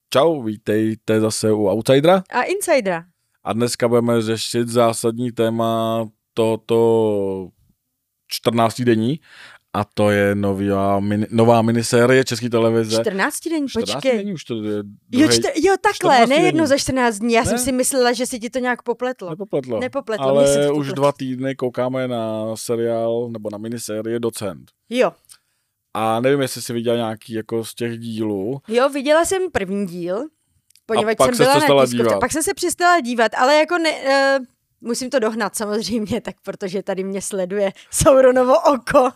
Čau, vítejte zase u Outsidera. A Insidera. A dneska budeme řešit zásadní téma tohoto 14 denní. A to je nová minisérie České televize. 14 denní, počkej. 14 denní už to je Jo, takhle, ne jedno denní. za 14 dní. Já Ne? jsem si myslela, že si ti to nějak popletlo. Nepopletlo, mně se ale to už popletlo. 2 týdny koukáme na seriál nebo na minisérie Docent. Jo, A nevím, jestli jsi viděl nějaký jako z těch dílů. viděla jsem první díl, poněvadž pak jsem ses byla přestala na tiskovce. dívat. Pak jsem se přestala dívat, ale jako musím to dohnat samozřejmě, tak protože tady mě sleduje Sauronovo oko.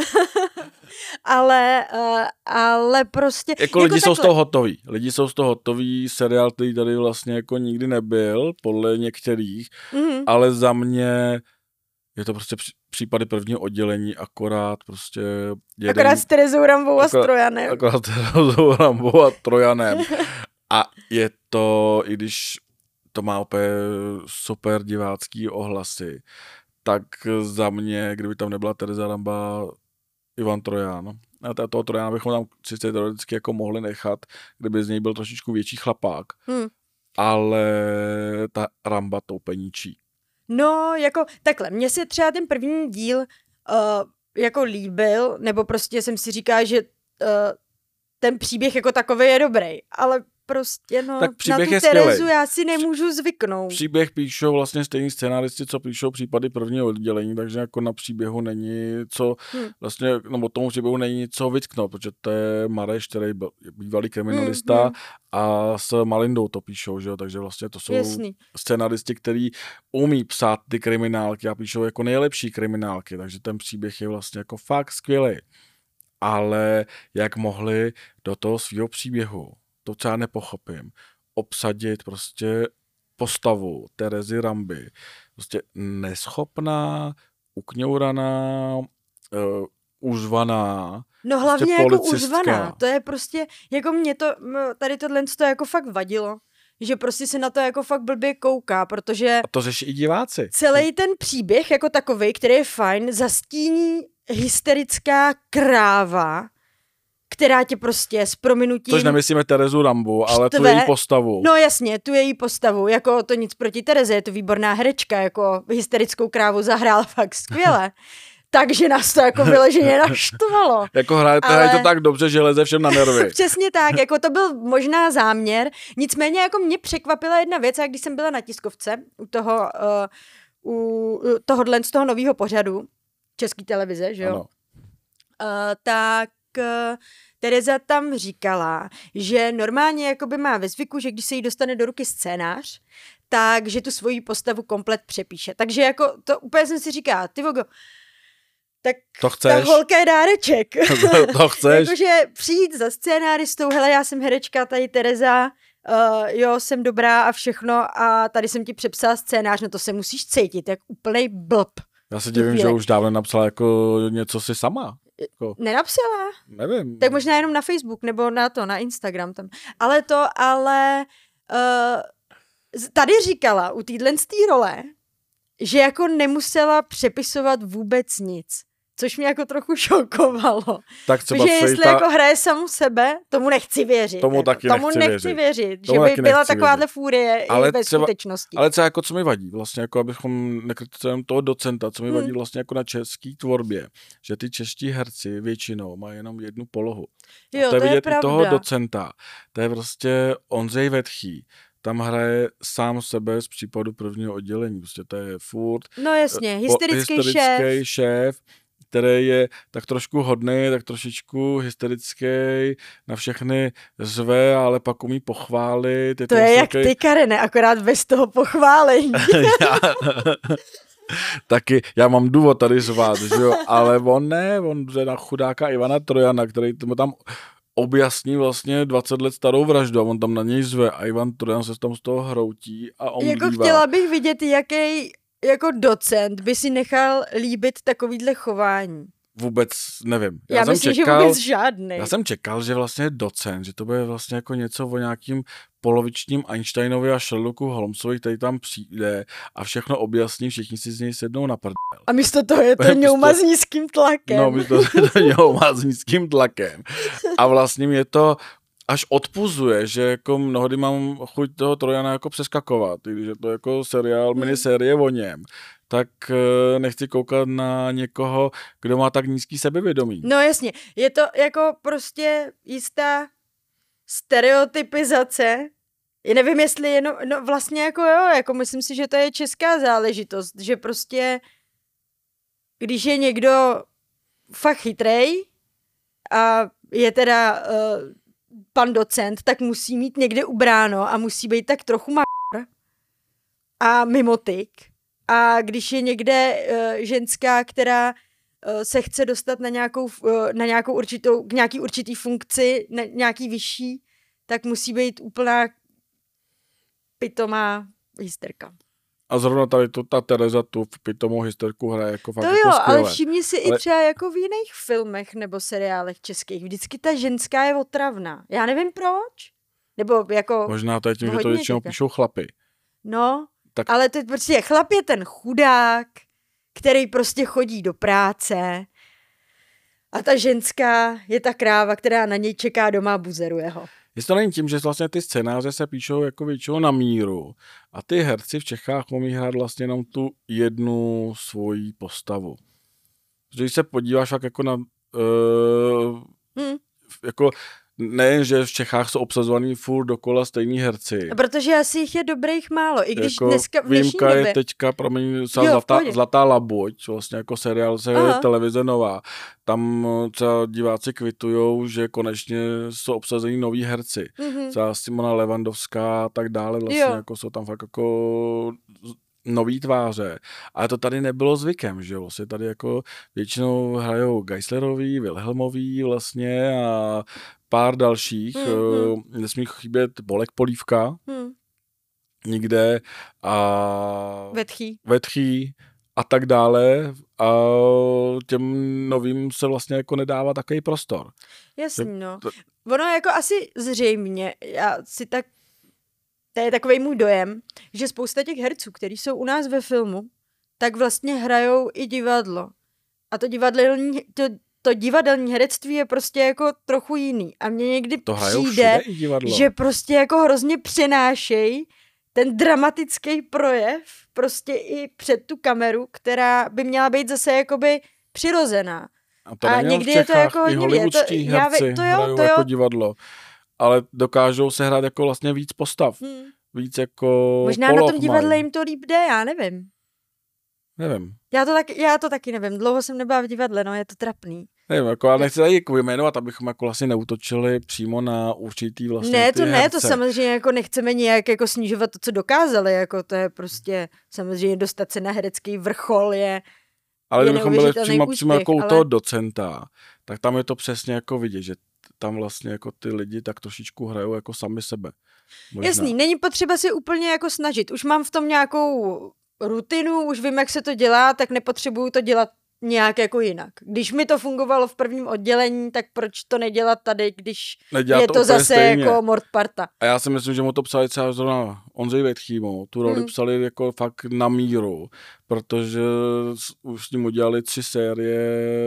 ale prostě... Jako lidi jsou z takhle. toho hotoví. Lidi jsou z toho hotoví. Seriál, který tady vlastně jako nikdy nebyl, podle některých, ale za mě je to prostě případy prvního oddělení, akorát prostě... Akorát s Terezou Rambou a s Trojanem. Akorát s Terezou Rambou a Trojanem. A je to, i když to má opět super divácký ohlasy, tak za mě, kdyby tam nebyla Tereza Ramba, Ivan Trojan. A toho Trojana bychom tam sice teoreticky jako mohli nechat, kdyby z něj byl trošičku větší chlapák. Ale ta Ramba to úplně ničí. No, jako takhle, mně se třeba ten první díl jako líbil, nebo prostě jsem si říkala, že ten příběh jako takový je dobrý, ale prostě no, Tak na tu Terezu já si nemůžu zvyknout. Příběh píšou vlastně stejní scénáristi, co píšou případy prvního oddělení, takže jako na příběhu není co, vlastně, no tomu příběhu není co vytknout, protože to je Mareš, který byl bývalý kriminalista a s Malindou to píšou, že jo, takže vlastně to jsou scénáristi, který umí psát ty kriminálky a píšou jako nejlepší kriminálky, takže ten příběh je vlastně jako fakt skvělý. Ale jak mohli do toho svého příběhu, to třeba nepochopím, obsadit prostě postavu Terezy Ramby, prostě neschopná, ukňouraná, užvaná. No hlavně prostě jako policistka. užvaná, to je prostě, jako mě to, tady tohle to jako fakt vadilo, že prostě se na to jako fakt blbě kouká, protože... A to řeší i diváci. Celý ten příběh jako takovej, který je fajn, zastíní hysterická kráva, která tě prostě s prominutím... Což nemyslíme Terezu Rambu, ale tu její postavu. No jasně, tu její postavu, jako to nic proti Tereze, je to výborná herečka, jako hysterickou krávu zahrála fakt skvěle. Takže nás to jako vyloženě naštvalo. Jako hraje to tak dobře, že leze všem na nervy. Přesně tak, jako to byl možná záměr. Nicméně jako mě překvapila jedna věc, a když jsem byla na tiskovce u tohohle z toho nového pořadu České televize, že jo? Ano. Tak Tereza tam říkala, že normálně jakoby má ve zvyku, že když se jí dostane do ruky scénář, takže tu svoji postavu komplet přepíše. Takže jako to úplně jsem si říkala, ty vogo, tak to chceš. Ta holka je dáreček. To chceš. Jakože přijít za scénáristou, hele, já jsem herečka, tady Tereza, jo, jsem dobrá a všechno a tady jsem ti přepsala scénář, no to se musíš cítit, jak úplnej blb. Já se divím, že už dávno napsala jako něco si sama. Jako... Nenapsala? Nevím. Tak možná jenom na Facebook nebo na Instagram tam. Ale tady říkala u téhle role, že jako nemusela přepisovat vůbec nic. Což mě jako trochu šokovalo. Tak třeba že jestli jako hraje samu sebe, tomu nechci věřit. Tomu nechci věřit. Že by byla takováhle fúrie ale i ve skutečnosti. Ale třeba jako co mi vadí, vlastně jako abychom nekritizujeme toho docenta, co mi vadí vlastně jako na české tvorbě, že ty čeští herci většinou mají jenom jednu polohu. Jo, a to je vidět pravda. I toho docenta. To je prostě Ondřej Vetchý. Tam hraje sám sebe z případu prvního oddělení. Prostě to je furt... No jasně, hysterický šéf, který je tak trošku hodný, tak trošičku hysterický, na všechny řve, ale pak umí pochválit. To je jak ty, Karene, akorát bez toho pochválení. Taky, já mám důvod tady řvát, že jo, ale on jde na chudáka Ivana Trojana, který mu tam objasní vlastně 20 let starou vraždu a on tam na něj zve a Ivan Trojan se tam z toho hroutí a omdívá. Jako chtěla bych vidět, jaký jako docent by si nechal líbit takovýhle chování. Vůbec nevím. Já myslím, že vůbec žádný. Já jsem čekal, že vlastně docent, že to bude vlastně jako něco o nějakým polovičním Einsteinovi a Sherlocku Holmesovi, který tam přijde a všechno objasní, všichni si z něj sednou na prdel. A místo toho je to ňouma s nízkým tlakem. No, místo toho je to ňouma s nízkým tlakem. A vlastně je to až odpuzuje, že jako mnohdy mám chuť toho Trojana jako přeskakovat, i když je to jako seriál, minisérie o něm, tak nechci koukat na někoho, kdo má tak nízký sebevědomí. No jasně, je to jako prostě jistá stereotypizace. Já nevím, jestli jenom, no vlastně jako jo, jako myslím si, že to je česká záležitost, že prostě když je někdo fakt chytrej a je teda pan docent, tak musí mít někde ubráno a musí být tak trochu a mimotyk. A když je někde ženská, která se chce dostat na nějakou určitou, k nějaký určitý funkci, na nějaký vyšší, tak musí být úplná pitomá hysterka. A zrovna tady ta Tereza tu pitomou hysterku hraje jako fakt to jako jo, skvěle. ale všimni si i třeba jako v jiných filmech nebo seriálech českých. Vždycky ta ženská je otravná. Já nevím proč. Nebo jako možná to je tím, že to většinou píšou chlapy. No, tak... ale to prostě chlap je ten chudák, který prostě chodí do práce a ta ženská je ta kráva, která na něj čeká doma a buzeruje ho. Jestli to není tím, že vlastně ty scénáře se píšou jako většinou na míru a ty herci v Čechách umí hrát vlastně jenom tu jednu svoji postavu. Když se podíváš fakt jako na jako nejen, že v Čechách jsou obsazovaný furt dokola stejný herci. Protože asi jich je dobrých málo, i když jako dneska v dnešní výjimka době... je teďka, promiň, Zlatá labuť, vlastně jako seriál se je televize nová. Tam třeba diváci kvitujou, že konečně jsou obsazení noví herci. Třeba Simona Levandovská a tak dále, vlastně jako jsou tam fakt jako nový tváře. Ale to tady nebylo zvykem, že vlastně tady jako většinou hrajou Geislerový, Wilhelmový vlastně a pár dalších. Nesmí chybět Bolek Polívka nikde a Vetchý a tak dále a těm novým se vlastně jako nedává takový prostor. Jasný, no. Ono jako asi zřejmě, já si tak to je takovej můj dojem, že spousta těch herců, kteří jsou u nás ve filmu, tak vlastně hrajou i divadlo. A to divadelní herectví je prostě jako trochu jiný. A mně někdy přijde, že prostě jako hrozně přenášejí ten dramatický projev prostě i před tu kameru, která by měla být zase jakoby přirozená. A někdy je to jako hodně hollywoodští herci hrajou jako divadlo. Ale dokážou se hrát jako vlastně víc postav. Víc jako možná na tom divadle jim to líp jde, já nevím. Nevím. Já to taky nevím. Dlouho jsem nebyla v divadle, no, je to trapný. Nevím, jako já nechci tady jako jmenovat, abychom jako vlastně neútočili přímo na určitý vlastně ne, to ty ne, herce. to samozřejmě jako nechceme nějak jako snižovat to, co dokázali, jako to je prostě samozřejmě dostat se na herecký vrchol je. Ale kdybychom byli přímo jako u toho docenta, tak tam je to přesně jako vidět, že tam vlastně jako ty lidi tak trošičku hrajou jako sami sebe. Možná. Jasný, není potřeba si úplně jako snažit. Už mám v tom nějakou rutinu, už vím, jak se to dělá, tak nepotřebuju to dělat nějak jako jinak. Když mi to fungovalo v prvním oddělení, tak proč to nedělat tady, když je to zase stejně. Jako Mordparta. A já si myslím, že mu to psali třeba zrovna Ondřej Vetchýmu. Tu roli psali jako fakt na míru, protože už s ním udělali 3 série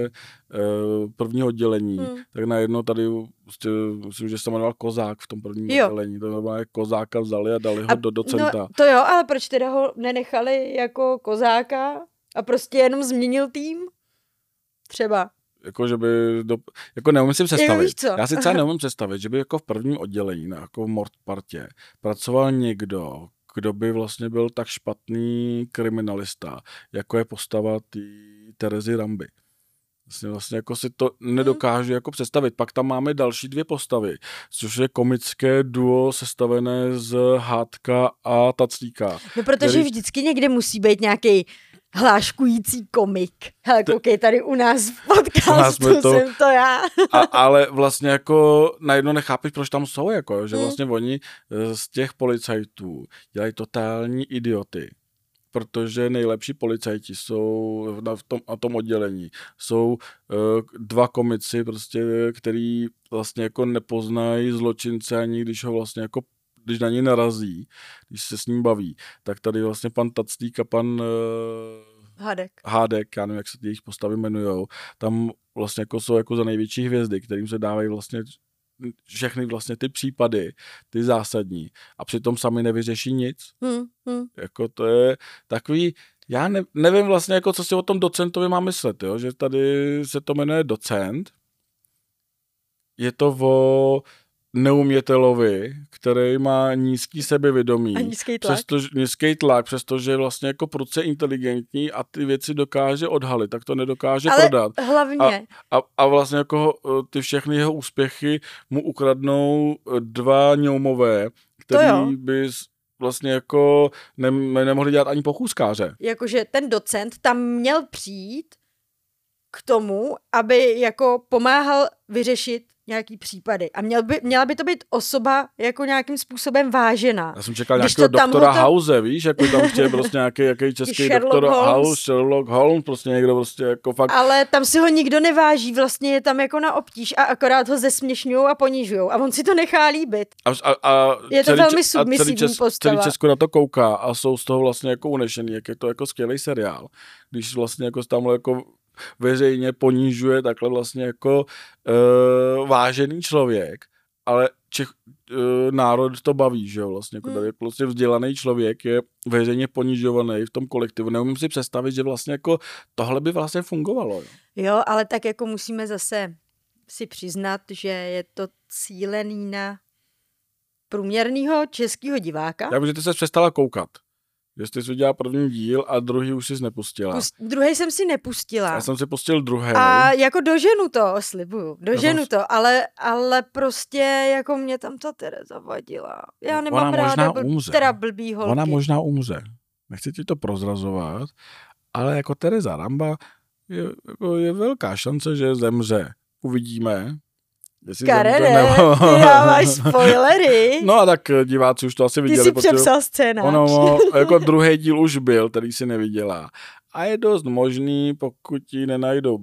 prvního oddělení. Tak najednou tady myslím, že se jmenoval Kozák v tom prvním oddělení. To znamená, Kozáka vzali a dali ho do docenta. No, to jo, ale proč teda ho nenechali jako Kozáka a prostě jenom změnil tým? Třeba. Jako, že by jako neumím si představit. Já si třeba neumím představit, že by jako v prvním oddělení, jako v Mordpartě, pracoval někdo, kdo by vlastně byl tak špatný kriminalista, jako je postava té Terezy Ramby. Vlastně jako si to nedokážu jako představit. Pak tam máme další 2 postavy, což je komické duo sestavené z Hádka a Taclíka. No protože vždycky někde musí být nějaký hláškující komik. Hele, koukej, tady u nás v podcastu jsem to já. Ale vlastně jako najednou nechápeš, proč tam jsou, jako, že vlastně oni z těch policajtů dělají totální idioty. Protože nejlepší policajti jsou na tom oddělení. Jsou 2 komici, prostě, který vlastně jako nepoznají zločince ani když ho vlastně jako když na něj narazí, když se s ním baví, tak tady vlastně pan Taclík a pan Hádek, já nevím, jak se ty jejich postavy jmenujou, tam vlastně jako jsou jako za největší hvězdy, kterým se dávají vlastně všechny vlastně ty případy, ty zásadní a přitom sami nevyřeší nic. Jako to je takový, já nevím vlastně, jako co si o tom docentovi mám myslet, jo? Že tady se to jmenuje docent. Je to o neumětelovi, který má nízký sebevědomí. A nízký tlak, přestože je vlastně jako prudce inteligentní a ty věci dokáže odhalit, tak to nedokáže ale prodat. Hlavně. A vlastně jako ty všechny jeho úspěchy mu ukradnou dva ňoumové, který by vlastně jako nemohli dělat ani pochůzkáře. Jakože ten docent tam měl přijít k tomu, aby jako pomáhal vyřešit nějaký případy. A měla by to být osoba jako nějakým způsobem vážená. Já jsem čekal nějakého doktora House, víš, jako tam chtěl prostě nějaký český doktor House, Sherlock Holmes, prostě někdo prostě jako fakt. Ale tam si ho nikdo neváží, vlastně je tam jako na obtíž a akorát ho zesměšňujou a ponižujou a on si to nechá líbit. A je to velmi submisivní postava. Celý Česko na to kouká a jsou z toho vlastně jako unešený, jak je to jako skvělý seriál. Když vlastně jako tamhle jako veřejně ponižuje takhle vlastně jako vážený člověk, ale národ to baví, že jo, vlastně, jako tady prostě vzdělaný člověk je veřejně ponižovaný v tom kolektivu. Neumím si představit, že vlastně jako tohle by vlastně fungovalo. Jo, ale tak jako musíme zase si přiznat, že je to cílený na průměrného českého diváka. Já vím, že ty se přestala koukat. Že jsi viděla první díl a druhý už jsi nepustila. Druhý jsem si nepustila. Já jsem si pustil druhý. A jako doženu to, slibuju. Doženu to, ale prostě jako mě tam ta Tereza vadila. Já nemám ráda teda blbý holky. Ona možná umře. Nechci ti to prozrazovat, ale jako Tereza Ramba je velká šance, že zemře. Uvidíme. Karene, ty dáváš spoilery. No a tak diváci už to asi viděli. Ty jsi přepsal scénář. Ono, jako druhý díl už byl, který si neviděla. A je dost možný, pokud ji nenajdou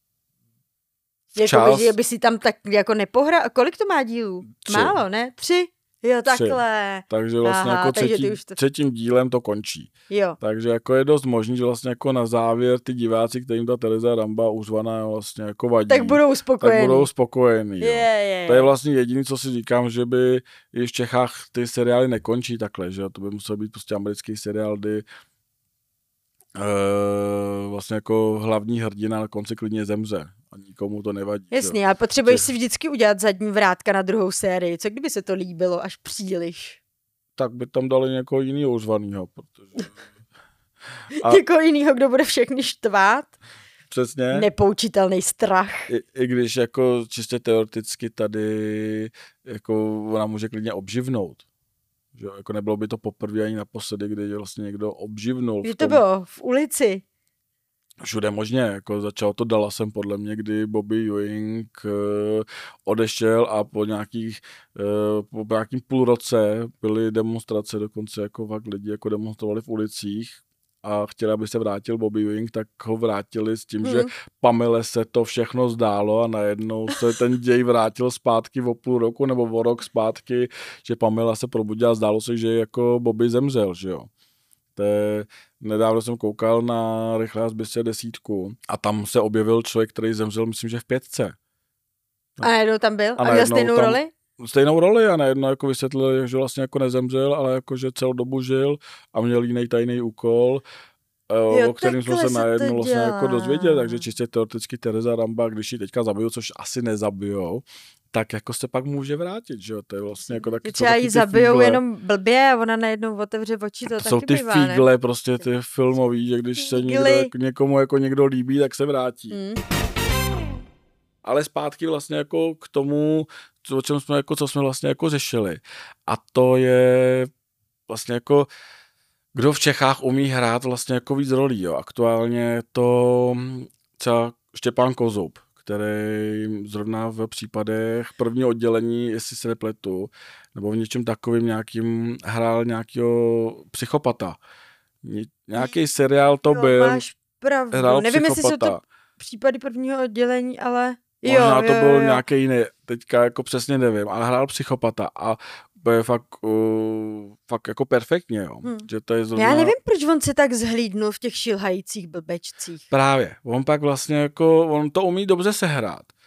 včas. Jako, že by si tam tak jako nepohral. Kolik to má dílů? 3. Málo, ne? 3? Jo, takhle. Takže vlastně jako třetím dílem to končí. Jo. Takže jako je dost možný, že vlastně jako na závěr ty diváci, kterým ta Tereza Ramba uřvaná vlastně jako vadí. Tak budou spokojení. To je vlastně jediné, co si říkám, že by i v Čechách ty seriály nekončí takhle, že to by musel být prostě americký seriál, kdy vlastně jako hlavní hrdina na konci klidně zemře. A nikomu to nevadí. Jasně, ale potřebuješ si vždycky udělat zadní vrátka na druhou sérii. Co kdyby se to líbilo až příliš? Tak by tam dali někoho jinýho uřvanýho, protože... Někoho jinýho, kdo bude všechny štvát? Přesně. Nepoučitelný strach. I když jako čistě teoreticky tady jako ona může klidně obživnout. Že jako nebylo by to poprvé ani naposledy, kdy vlastně někdo obživnul. Že to bylo v ulici. Všude možně, jako začalo to Dallasem podle mě, kdy Bobby Ewing odešel a po nějakým půl roce byly demonstrace, dokonce jako fakt lidi jako demonstrovali v ulicích a chtěli, aby se vrátil Bobby Ewing, tak ho vrátili s tím, že Pamele se to všechno zdálo a najednou se ten děj vrátil zpátky o půl roku nebo o rok zpátky, že Pamela se probudila a zdálo se, že jako Bobby zemřel, že jo. Nedávno jsem koukal na Rychlé zbystě 10 a tam se objevil člověk, který zemřel, myslím, že v 5. A najednou tam byl? A měl stejnou roli? Stejnou roli a najednou jako vysvětlil, že vlastně jako nezemřel, ale jako, že celou dobu žil a měl jiný tajný úkol, o kterým jsme se najednou vlastně jako dozvěděli, takže čistě teoreticky Tereza Ramba, když ji teďka zabijou, což asi nezabijou, tak jako se pak může vrátit, že jo, to je vlastně jako taky... Třeba jí zabijou jenom blbě a ona najednou otevře oči, to taky jsou ty bývá, fígle, prostě ty filmový, že když se někomu jako někdo líbí, tak se vrátí. Ale zpátky vlastně jako k tomu, o čem jsme jako, co jsme vlastně jako řešili. A to je vlastně jako, kdo v Čechách umí hrát vlastně jako víc rolí, jo. Aktuálně to třeba Štěpán Kozub, který zrovna v případech prvního oddělení, jestli se nepletu, nebo v něčem takovým nějakým hrál nějakého psychopata. Nějaký seriál to byl. Máš pravdu. Nevím, jestli jsou to případy prvního oddělení, ale... Možná to byl nějaký jiný, teďka jako přesně nevím, ale hrál psychopata a je fakt jako perfektně, jo. Že to je zrovna... Já nevím, proč on se tak zhlídnul v těch šilhajících blbečcích. Právě, on pak vlastně jako, on to umí dobře sehrát.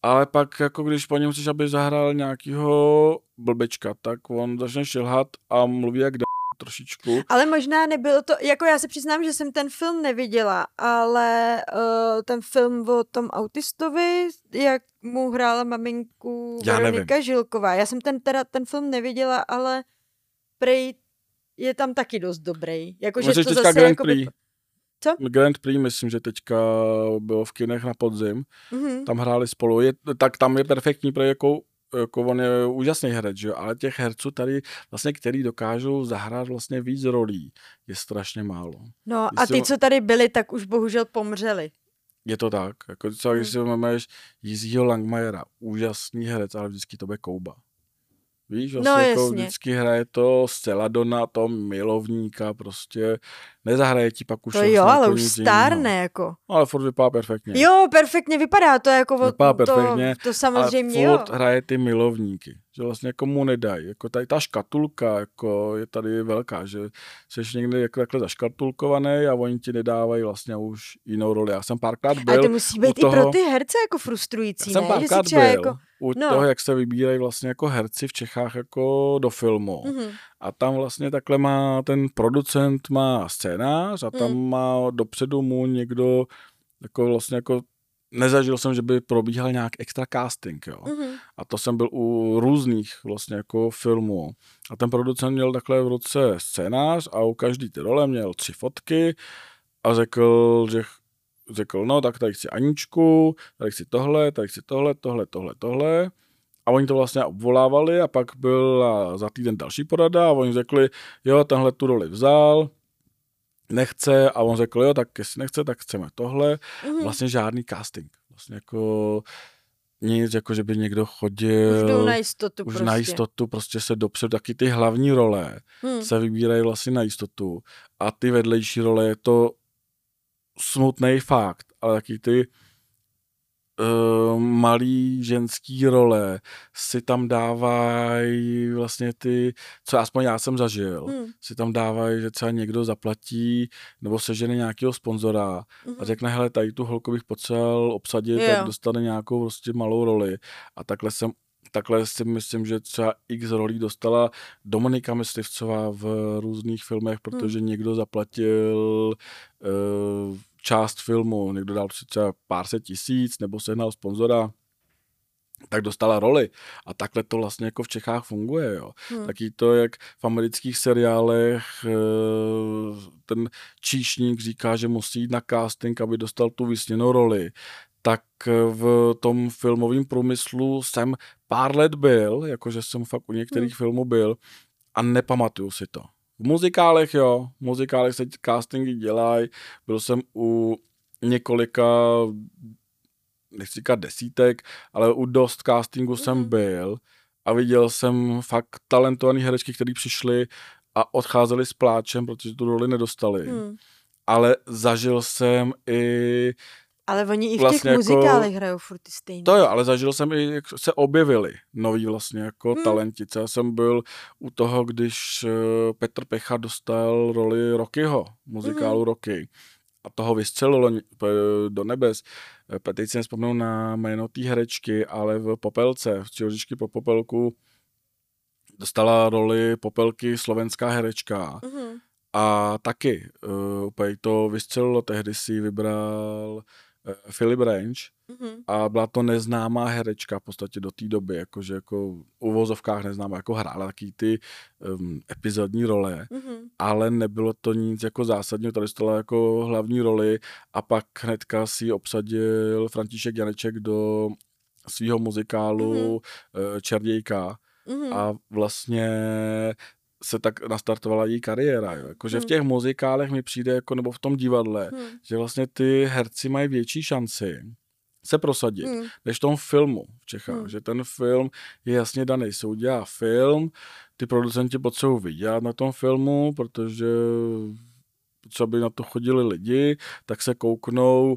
Ale pak, jako když po něm chceš, aby zahrál nějakýho blbečka, tak on začne šilhat a mluví jak trošičku. Ale možná nebylo to, jako já se přiznám, že jsem ten film neviděla, ale ten film o tom autistovi, jak mu hrála maminku Veronika Žilková. Já jsem ten film neviděla, ale prej je tam taky dost dobrý. Jako, že to zase Grand jako Prix. Co? Grand Prix, myslím, že teďka bylo v kinech na podzim. Tam hráli spolu. Tak tam je perfektní, protože jako on je úžasný herec, že? Ale těch herců tady, vlastně, který dokážou zahrát vlastně víc rolí, je strašně málo. No a ty, co tady byli, tak už bohužel pomřeli. Je to tak. Jako třeba, když si máš Jiřího Langmajera, úžasný herec, ale vždycky to bude Kouba. Víš, vlastně no, jako vždycky hraje to Celadona, to milovníka, prostě nezahraje ti pak už. To jo, ale už stárne, jako. Ale furt vypadá perfektně. Jo, perfektně vypadá to, jako vypadá perfektně, to samozřejmě ale furt hraje ty milovníky, že vlastně jako mu nedají. Jako tady ta škatulka jako je tady velká, že jsi někde jako takhle zaškatulkovaný a oni ti nedávají vlastně už jinou roli. Já jsem párkrát byl. Ale to musí být i pro ty herce jako frustrující, já jsem ne? Párkrát byl jako u toho, jak se vybírají vlastně jako herci v Čechách jako do filmu. A tam vlastně takhle má ten producent má scénář a tam má dopředu mu někdo jako vlastně jako nezažil jsem, že by probíhal nějak extra casting, jo. A to jsem byl u různých vlastně jako filmů. A ten producent měl takhle v ruce scénář a u každý ty role měl 3 fotky a řekl, no tak tady chci Aničku, tady chci tohle, tohle. A oni to vlastně obvolávali a pak byla za týden další porada a oni řekli, jo, tenhle tu roli vzal, nechce a on řekl, jo, tak jestli nechce, tak chceme tohle. Vlastně žádný casting. Vlastně jako nic, jako že by někdo chodil. Už jdou na jistotu už na jistotu, prostě se dopředu, taky ty hlavní role se vybírají vlastně na jistotu a ty vedlejší role je to smutný fakt, ale taky ty malý ženský role si tam dávají vlastně ty, co aspoň já jsem zažil, si tam dávají, že třeba někdo zaplatí nebo sežene nějakého sponzora a řekne, hele, tady tu holku bych potřeboval obsadit, tak dostane nějakou prostě malou roli a takhle si myslím, že třeba x rolí dostala Dominika Myslivcová v různých filmech, protože někdo zaplatil část filmu, někdo dal třeba pár set tisíc nebo sehnal sponzora, tak dostala roli. A takhle to vlastně jako v Čechách funguje. Jo. Taky to, jak v amerických seriálech ten číšník říká, že musí jít na casting, aby dostal tu vysněnou roli. Tak v tom filmovém průmyslu jsem pár let byl, jakože jsem fakt u některých filmů byl a nepamatuju si to. V muzikálech, jo, v muzikálech se castingy dělají, byl jsem u několika, nechci říkat desítek, ale u dost castingů jsem byl a viděl jsem fakt talentovaný herečky, který přišli a odcházeli s pláčem, protože tu roli nedostali. Ale zažil jsem i ale oni i v těch muzikálech hrajou furt ty stejný. To jo, ale zažil jsem i, jak se objevili noví vlastně jako talenti. Já jsem byl u toho, když Petr Pecha dostal roli Rockyho, muzikálu Rocky. A toho vystřelilo do nebes. Teď si nespomenu na jméno té herečky, ale v Popelce, v Třihořičky pro Popelku dostala roli Popelky slovenská herečka. A taky úplně to vystřelilo, tehdy si vybral Philip Range a byla to neznámá herečka v podstatě do té doby, jakože jako v uvozovkách neznámá, jako hrála taky ty epizodní role, ale nebylo to nic jako zásadního, tady dostala jako hlavní roli a pak hnedka si obsadil František Janeček do svého muzikálu Čerdějka a vlastně se tak nastartovala její kariéra. Jo. Jakože v těch muzikálech mi přijde, jako, nebo v tom divadle, že vlastně ty herci mají větší šanci se prosadit, než v tom filmu v Čechách. Že ten film je jasně daný. Se udělá film, ty producenti potřebují vydělat na tom filmu, protože třeba by na to chodili lidi, tak se kouknou,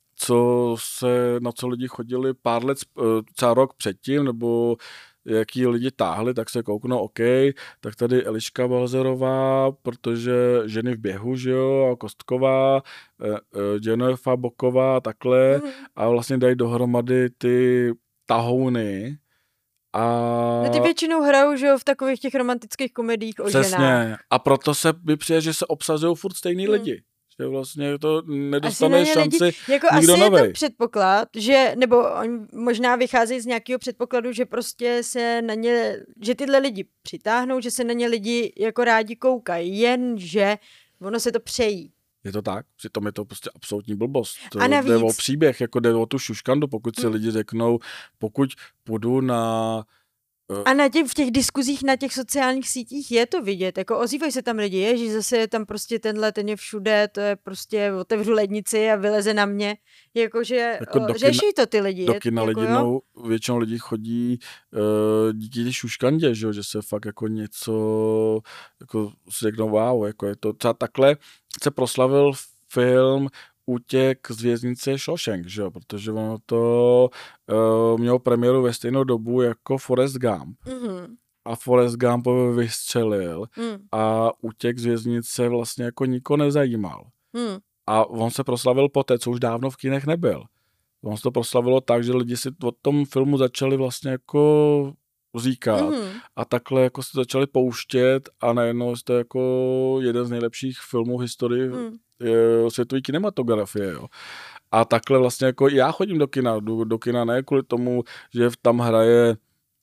na co lidi chodili pár let, třeba rok předtím, nebo jaký lidi táhli, tak se kouknou, OK, tak tady Eliška Balzerová, protože ženy v běhu, že jo, a Kostková, Jennifer Boková, takhle a vlastně dají dohromady ty tahouny a... No ty většinou hrajou, že jo, v takových těch romantických komediích o ženách. Přesně. A proto se mi přijde, že se obsazují furt stejný lidi. Že vlastně to nedostane šanci jako nikdo asi novej. Je to předpoklad, že, nebo oni možná vycházejí z nějakého předpokladu, že prostě se na ně, že tyhle lidi přitáhnou, že se na ně lidi jako rádi koukají, jenže ono se to přejí. Je to tak? Přitom je to prostě absolutní blbost. To a navíc... jde o příběh, jako jde o tu šuškandu, pokud si lidi řeknou, pokud půjdu na... A v těch diskuzích na těch sociálních sítích je to vidět, jako ozývají se tam lidi, ježiš, zase je tam prostě ten je všude, to je prostě otevřu lednici a vyleze na mě, jakože jako řeší to ty lidi. Do kina jako většinou lidí chodí díky té šuškandě, že se fakt jako něco, jako si řeknou wow, jako je to třeba takhle se proslavil film Útěk z věznice Shawshank, že jo, protože ono to mělo premiéru ve stejnou dobu jako Forrest Gump. A Forrest Gump vystřelil a Útěk z věznice vlastně jako nikoho nezajímal. A on se proslavil poté, co už dávno v kinech nebyl. On se to proslavilo tak, že lidi si o tom filmu začali vlastně jako říkat a takhle jako se začali pouštět a najednou je to jako jeden z nejlepších filmů v historii světové kinematografie, jo. A takhle vlastně jako já chodím do kina, jdu do kina ne kvůli tomu, že tam hraje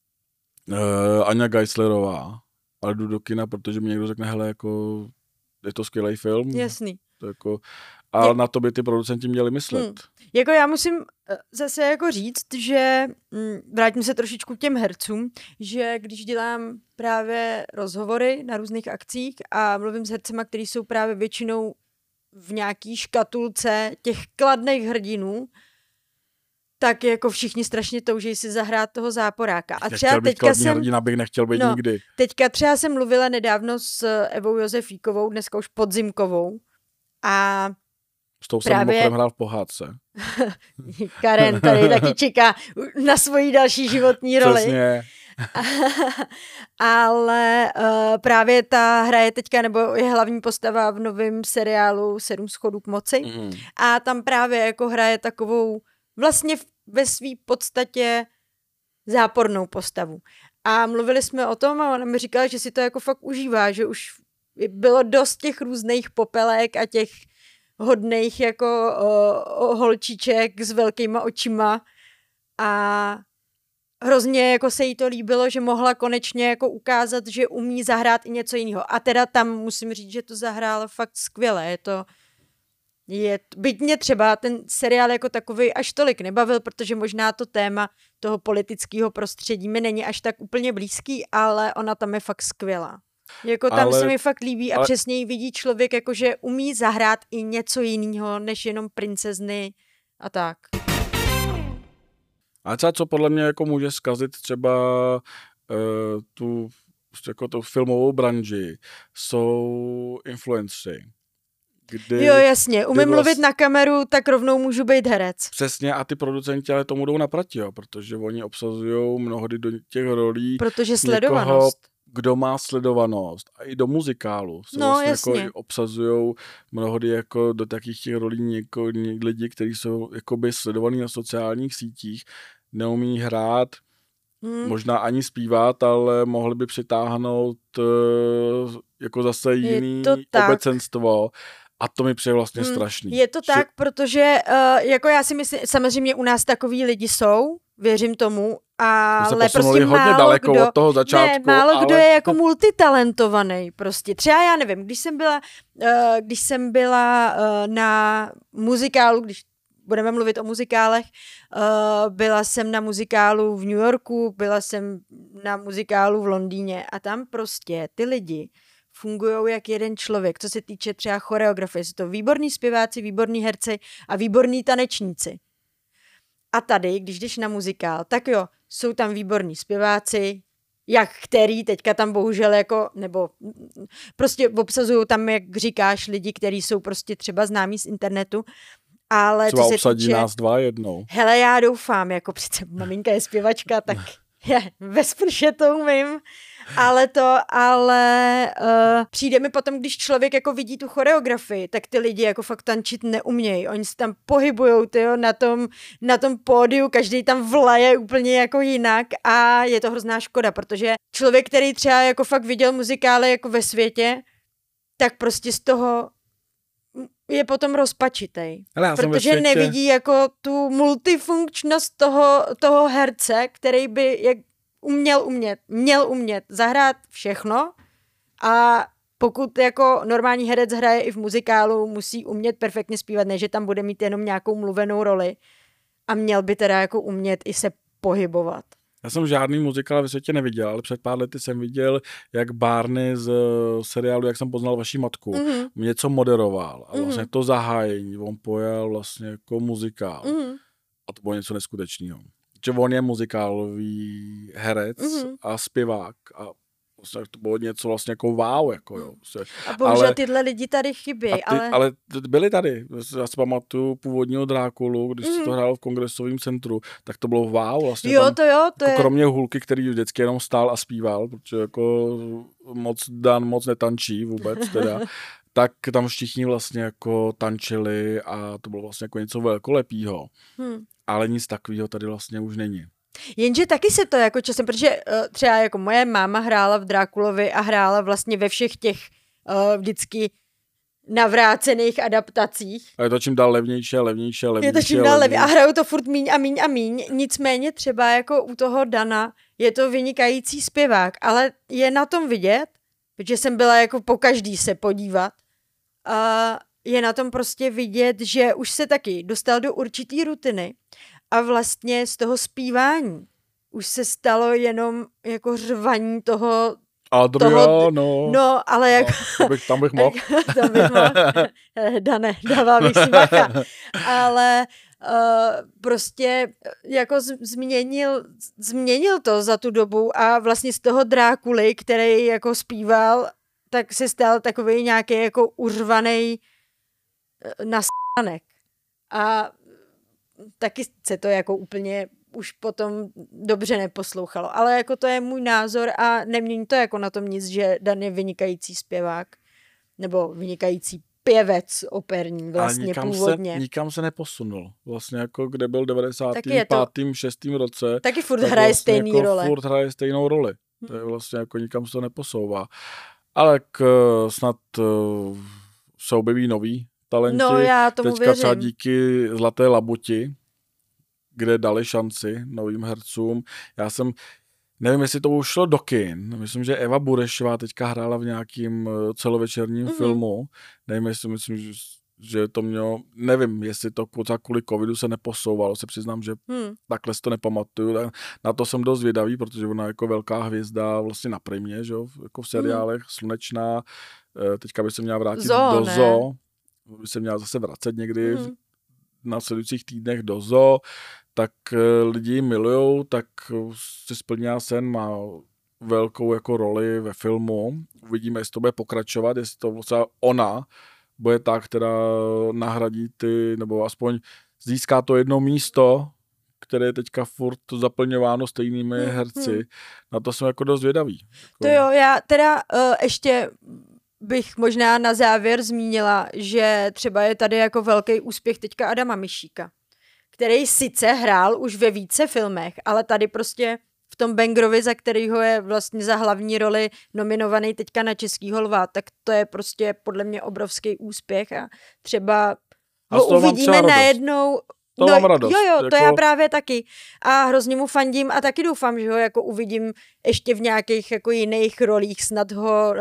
Anja Geislerová, ale jdu do kina, protože mi někdo řekne, hele, jako je to skvělý film. Jasný. To jako, a na to by ty producenti měli myslet. Jako já musím zase jako říct, že vrátím se trošičku k těm hercům, že když dělám právě rozhovory na různých akcích a mluvím s hercema, kteří jsou právě většinou v nějaký škatulce těch kladných hrdinů, tak jako všichni strašně touží si zahrát toho záporáka. A třeba teďka jsem... hrdina bych nechtěl být nikdy. Teďka třeba jsem mluvila nedávno s Evou Josefíkovou, dneska už Podzimkovou. A s tou jsem mimochodem hrál v pohádce. Karen tady taky čeká na svoji další životní roli. Přesně. Ale právě ta hraje teďka, nebo je hlavní postava v novém seriálu 7 schodů k moci. A tam právě jako hraje takovou vlastně ve své podstatě zápornou postavu. A mluvili jsme o tom a ona mi říkala, že si to jako fakt užívá, že už bylo dost těch různých popelek a těch hodných jako holčiček s velkýma očima a hrozně jako se jí to líbilo, že mohla konečně jako ukázat, že umí zahrát i něco jiného. A teda tam musím říct, že to zahrála fakt skvěle. Byť mě třeba ten seriál jako takový až tolik nebavil, protože možná to téma toho politického prostředí mi není až tak úplně blízký, ale ona tam je fakt skvělá. Jako tam se mi fakt líbí a přesně ji vidí člověk, jakože umí zahrát i něco jiného, než jenom princezny a tak. A třeba co podle mě jako může zkazit třeba tu filmovou branži, jsou influenceři. Jo, jasně, umím mluvit na kameru, tak rovnou můžu být herec. Přesně, a ty producenti ale tomu jdou naproti, jo, protože oni obsazují mnohdy do těch rolí protože sledovanost. Někoho, kdo má sledovanost. A i do muzikálu se vlastně jako obsazují mnohdy jako do takých těch rolí lidi, kteří jsou jakoby sledovaní na sociálních sítích, neumí hrát, možná ani zpívat, ale mohli by přitáhnout jako zase jiný obecenstvo. A to mi přijde vlastně strašný. Je to tak, protože jako já si myslím, samozřejmě u nás takový lidi jsou, věřím tomu, ale prostě hodně daleko od toho začátku. Kdo je jako multitalentovaný prostě. Třeba já nevím, když jsem byla na muzikálu, když budeme mluvit o muzikálech, byla jsem na muzikálu v New Yorku, byla jsem na muzikálu v Londýně a tam prostě ty lidi fungujou jak jeden člověk, co se týče třeba choreografie. Jsou to výborní zpěváci, výborní herci a výborní tanečníci. A tady, když jdeš na muzikál, tak jo, jsou tam výborní zpěváci, jak který, teďka tam bohužel jako, nebo prostě obsazují tam, jak říkáš, lidi, kteří jsou prostě třeba známí z internetu, ale třeba co se obsadí týče, nás dva jednou. Hele, já doufám, jako přece maminka je zpěvačka, tak Ve sprše to umím, ale přijde mi potom, když člověk jako vidí tu choreografii, tak ty lidi jako fakt tančit neumějí. Oni se tam pohybujou, na tom pódiu, každý tam vlaje úplně jako jinak a je to hrozná škoda, protože člověk, který třeba jako fakt viděl muzikály jako ve světě, tak prostě z toho je potom rozpačitý, protože nevidí jako tu multifunkčnost toho herce, který by měl umět zahrát všechno a pokud jako normální herec hraje i v muzikálu, musí umět perfektně zpívat, ne, že tam bude mít jenom nějakou mluvenou roli a měl by teda jako umět i se pohybovat. Já jsem žádný muzikál ve světě neviděl, ale před pár lety jsem viděl, jak Barney z seriálu Jak jsem poznal vaši matku něco moderoval a vlastně to zahájení, on pojel vlastně jako muzikál a to bylo něco neskutečného. Že on je muzikálový herec a zpěvák a vlastně to bylo něco vlastně jako wow. Jako, jo. A bohužel tyhle lidi tady chybí. Ale byli tady. Já si pamatuju původního Drákulu, když se to hrálo v Kongresovém centru, tak to bylo wow. Vlastně jo, to jako je. Kromě Hulky, který vždycky jenom stál a zpíval, protože jako moc netančí vůbec teda. Tak tam všichni vlastně jako tančili a to bylo vlastně jako něco velkolepýho. Ale nic takového tady vlastně už není. Jenže taky se to jako časem, protože třeba jako moje máma hrála v Drákulovi a hrála vlastně ve všech těch vždycky navrácených adaptacích. A je to čím dál levnější. Je to čím dál levnější a hrajou to furt míň a míň. Nicméně třeba jako u toho Dana je to vynikající zpěvák, ale je na tom vidět, protože jsem byla jako pokaždý se podívat, a je na tom prostě vidět, že už se taky dostal do určitý rutiny a vlastně z toho zpívání už se stalo jenom jako řvaní toho... Adriano. No, ale jak... Tam bych mohl. Dane, dává bych si bacha. Ale prostě jako změnil to za tu dobu a vlastně z toho Drákuly, který jako zpíval, tak se stal takovej nějaký jako uřvanej nastanek. A taky se to jako úplně už potom dobře neposlouchalo. Ale jako to je můj názor a nemění to jako na tom nic, že Dan je vynikající zpěvák nebo vynikající pěvec operní vlastně původně. Nikam se neposunul. Vlastně jako kde byl v 95. 6. roce. Taky furt hraje vlastně stejný jako role. Furt hraje stejnou roli. To je vlastně jako nikam se to neposouvá. Ale snad se objeví nový talenti. No, já tomu teďka věřím. třeba díky Zlaté labuti, kde dali šanci novým hercům. Já jsem, nevím, jestli to už šlo do kin. Myslím, že Eva Burešová teďka hrála v nějakým celovečerním filmu. Nevím, jestli myslím, že to mělo, nevím, jestli to kvůli covidu se neposouvalo, se přiznám, že takhle si to nepamatuju. Na to jsem dost zvědavý, protože ona jako velká hvězda vlastně na Primě, že jo, jako v seriálech, Slunečná, teďka by se měla vrátit do Zoo, by se měla zase vracet někdy v následujících týdnech do Zoo, tak lidi milujou, tak si splnila sen, má velkou jako roli ve filmu. Uvidíme, jestli to bude pokračovat, jestli to vlastně ona bude ta, která nahradí ty, nebo aspoň získá to jedno místo, které je teďka furt zaplňováno stejnými herci. Na to jsem jako dost zvědavý. To jo, já teda ještě bych možná na závěr zmínila, že třeba je tady jako velký úspěch teďka Adama Mišíka, který sice hrál už ve více filmech, ale tady prostě v tom Bangerovi, za kterýho je vlastně za hlavní roli nominovaný teďka na Českýho lva, tak to je prostě podle mě obrovský úspěch a třeba ho uvidíme najednou. To mám radost. Jo, to já právě taky. A hrozně mu fandím a taky doufám, že ho jako uvidím ještě v nějakých jako jiných rolích, snad ho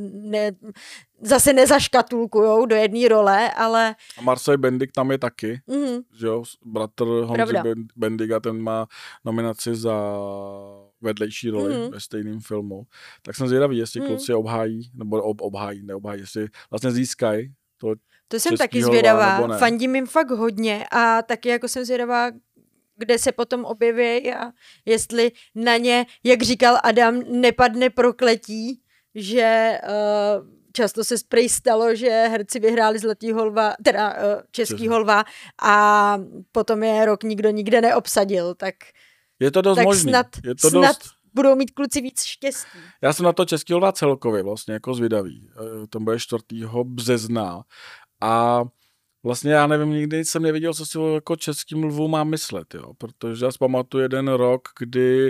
zase nezaškatulkujou do jedné role, ale... A Marcel Bendik tam je taky, že jo, bratr Honzy Bendiga, ten má nominaci za vedlejší roli ve stejném filmu. Tak jsem zvědavý, jestli kluci obhájí, nebo neobhájí, jestli vlastně získají to jsem taky zvědavá, fandím jim fakt hodně a taky jako jsem zvědavá, kde se potom objeví a jestli na ně, jak říkal Adam, nepadne prokletí, že často se prej stalo, že herci vyhráli Zlatýho lva, teda Českýho lva a potom je rok nikdo nikde neobsadil, tak Je to dost tak možný. Je to snad budou mít kluci víc štěstí. Já jsem na to Českého lva celkově vlastně jako zvědavý. To bude 4. března a vlastně já nevím, nikdy jsem nevěděl, co si jako Českým lvu mám myslet, jo, protože já si pamatuju jeden rok, kdy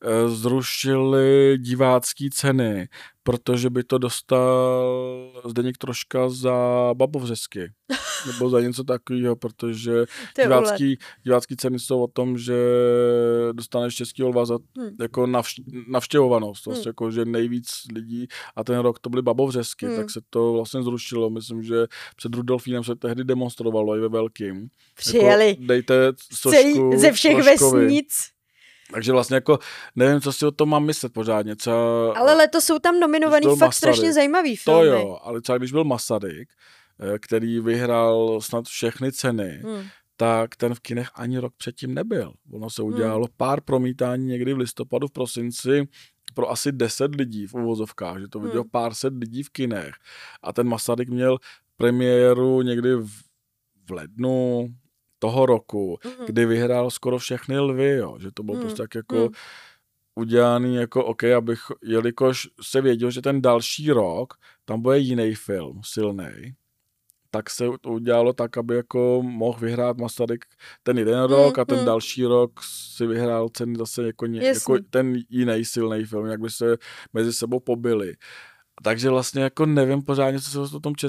zrušili divácký ceny, protože by to dostal Zdeněk Troška za babovřesky. Nebo za něco takového, protože divácký ceny jsou o tom, že dostaneš Českého lva za jako navštěvovanost, vlastně jako, že nejvíc lidí a ten rok to byly babovřesky, tak se to vlastně zrušilo. Myslím, že před Rudolfínem se tehdy demonstrovalo i ve velkým. Přijeli jako, dejte sošku ze všech Troškovi. vesnic. Takže vlastně jako nevím, co si o tom mám myslet pořádně. Ale letos jsou tam nominovaný fakt Masaryk, strašně zajímavý filmy. To jo, ale třeba když byl Masaryk, který vyhrál snad všechny ceny, tak ten v kinech ani rok předtím nebyl. Ono se udělalo pár promítání někdy v listopadu, v prosinci pro asi 10 lidí v uvozovkách, že to vidělo pár set lidí v kinech. A ten Masaryk měl premiéru někdy v lednu toho roku, kdy vyhrál skoro všechny lvy, jo. Že to bylo prostě tak jako udělaný jako OK, jelikož se věděl, že ten další rok tam bude jiný film, silnej, tak se to udělalo tak, aby jako mohl vyhrát Masaryk ten jeden rok a ten další rok si vyhrál ceny zase jako ten jiný silný film, jak by se mezi sebou pobili. Takže vlastně jako nevím pořádně, co se o tom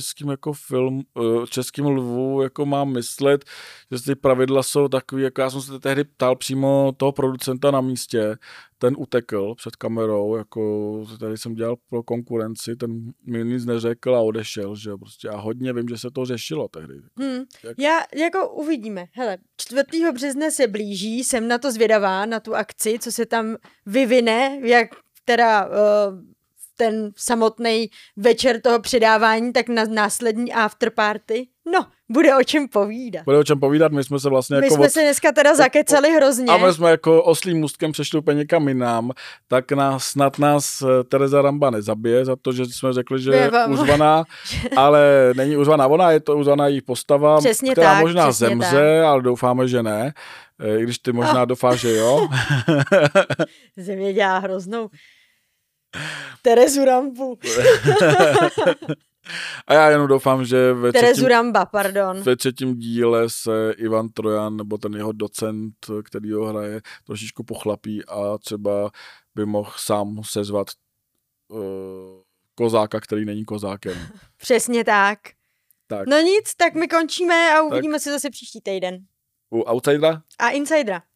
českým lvu jako mám myslet, že ty pravidla jsou takový, jako já jsem se tehdy ptal přímo toho producenta na místě, ten utekl před kamerou, jako tady jsem dělal pro konkurenci, ten mi nic neřekl a odešel, že prostě a hodně vím, že se to řešilo tehdy. Já jako uvidíme, hele, 4. března se blíží, jsem na to zvědavá, na tu akci, co se tam vyvine, jak teda ten samotný večer toho předávání, tak na následní afterparty. No, bude o čem povídat. Bude o čem povídat, my jsme se vlastně my jsme se dneska teda zakecali hrozně. A my jsme jako oslým můstkem přešli někam jinam, tak snad nás Tereza Ramba nezabije za to, že jsme řekli, že je uřvaná, ale není uřvaná ona, je to uřvaná její postava, přesně která tak, možná zemře, tak. Ale doufáme, že ne. I když ty možná doufáš, že jo. Země dělá hroznou Terezu Rambu. A já jenom doufám, že ve 3. díle se Ivan Trojan, nebo ten jeho docent, který ho hraje, trošičku pochlapí a třeba by mohl sám sezvat kozáka, který není kozákem. Přesně tak. No nic, tak my končíme a uvidíme se zase příští týden. U Outsidera? A Insidera.